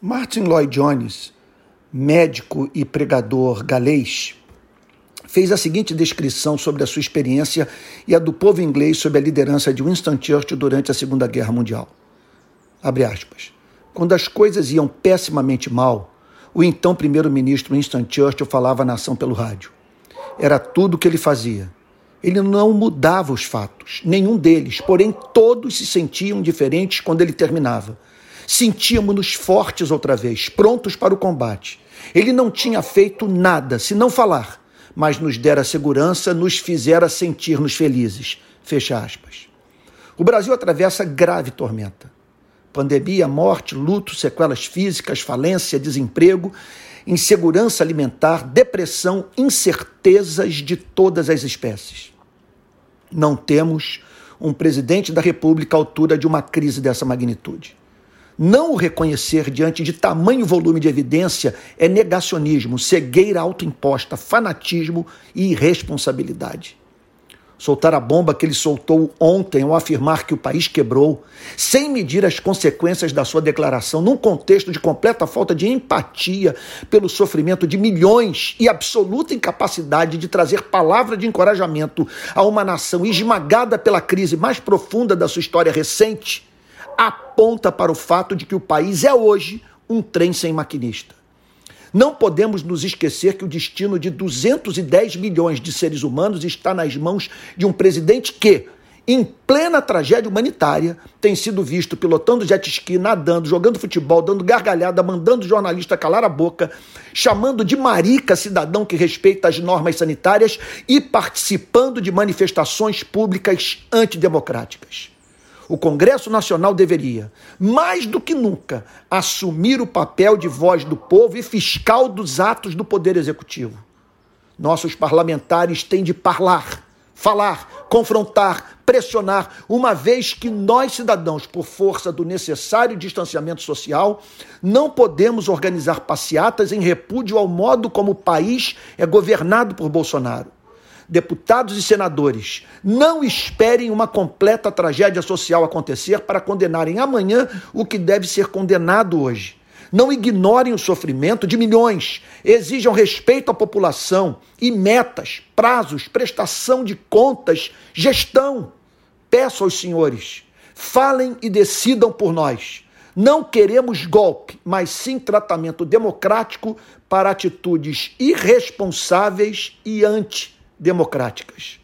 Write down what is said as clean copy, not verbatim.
Martyn Lloyd-Jones, médico e pregador galês, fez a seguinte descrição sobre a sua experiência e a do povo inglês sob a liderança de Winston Churchill durante a Segunda Guerra Mundial. Abre aspas. Quando as coisas iam pessimamente mal, o então primeiro-ministro Winston Churchill falava à nação pelo rádio. Era tudo o que ele fazia. Ele não mudava os fatos, nenhum deles, porém todos se sentiam diferentes quando ele terminava. Sentíamos-nos fortes outra vez, prontos para o combate. Ele não tinha feito nada, senão falar, mas nos dera segurança, nos fizera sentir-nos felizes. Fecha aspas. O Brasil atravessa grave tormenta. Pandemia, morte, luto, sequelas físicas, falência, desemprego, insegurança alimentar, depressão, incertezas de todas as espécies. Não temos um presidente da República à altura de uma crise dessa magnitude. Não o reconhecer diante de tamanho volume de evidência é negacionismo, cegueira autoimposta, fanatismo e irresponsabilidade. Soltar a bomba que ele soltou ontem ao afirmar que o país quebrou, sem medir as consequências da sua declaração, num contexto de completa falta de empatia pelo sofrimento de milhões e absoluta incapacidade de trazer palavra de encorajamento a uma nação esmagada pela crise mais profunda da sua história recente, aponta para o fato de que o país é hoje um trem sem maquinista. Não podemos nos esquecer que o destino de 210 milhões de seres humanos está nas mãos de um presidente que, em plena tragédia humanitária, tem sido visto pilotando jet ski, nadando, jogando futebol, dando gargalhada, mandando jornalista calar a boca, chamando de marica cidadão que respeita as normas sanitárias e participando de manifestações públicas antidemocráticas. O Congresso Nacional deveria, mais do que nunca, assumir o papel de voz do povo e fiscal dos atos do Poder Executivo. Nossos parlamentares têm de falar, confrontar, pressionar, uma vez que nós, cidadãos, por força do necessário distanciamento social, não podemos organizar passeatas em repúdio ao modo como o país é governado por Bolsonaro. Deputados e senadores, não esperem uma completa tragédia social acontecer para condenarem amanhã o que deve ser condenado hoje. Não ignorem o sofrimento de milhões, exijam respeito à população e metas, prazos, prestação de contas, gestão. Peço aos senhores, falem e decidam por nós. Não queremos golpe, mas sim tratamento democrático para atitudes irresponsáveis e antidemocráticas.